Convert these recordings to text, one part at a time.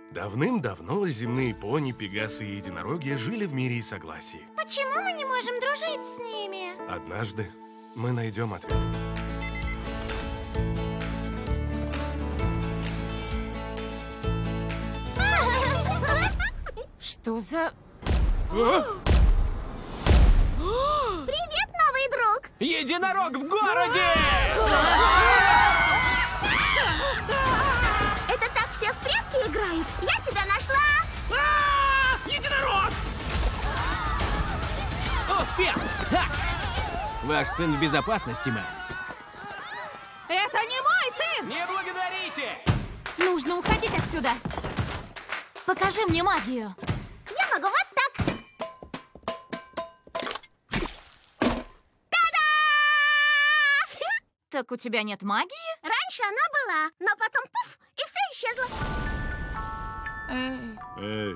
Давным-давно земные пони, пегасы и единороги жили в мире и согласии. Почему мы не можем дружить с ними? Однажды мы найдем ответ. Что за... Привет, новый друг! Единорог в городе! Это так все в прятки играют? Я тебя нашла! Единорог! Успех! Ха! Ваш сын в безопасности, мэм. Это не мой сын! Не благодарите! Нужно уходить отсюда. Покажи мне магию. Я могу вот так. Та-да! Так у тебя нет магии? Раньше она была, но потом пуф, и все исчезло. Эй,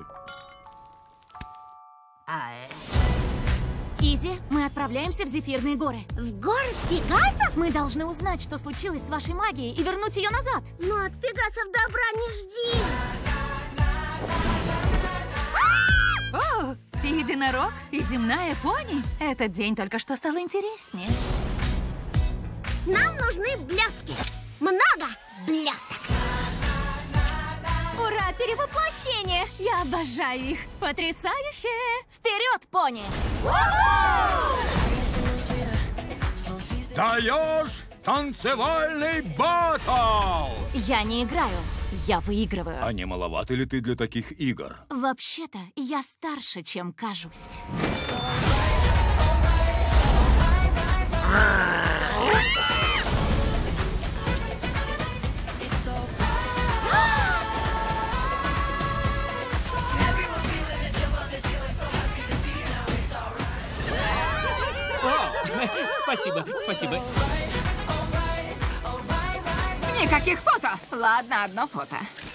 Изи, мы отправляемся в Зефирные горы. В город Пегасов? Мы должны узнать, что случилось с вашей магией, и вернуть ее назад. Но от Пегасов добра не жди. О, единорог и земная пони. Этот день только что стал интереснее. Нам нужны блестки. Много блесток. Ура, перевоплощение! Я обожаю их. Потрясающе! Вперед, пони! Даешь танцевальный батл! Я не играю, я выигрываю. А не маловато ли ты для таких игр? Вообще-то, я старше, чем кажусь. Спасибо, спасибо. Никаких фото. Ладно, одно фото.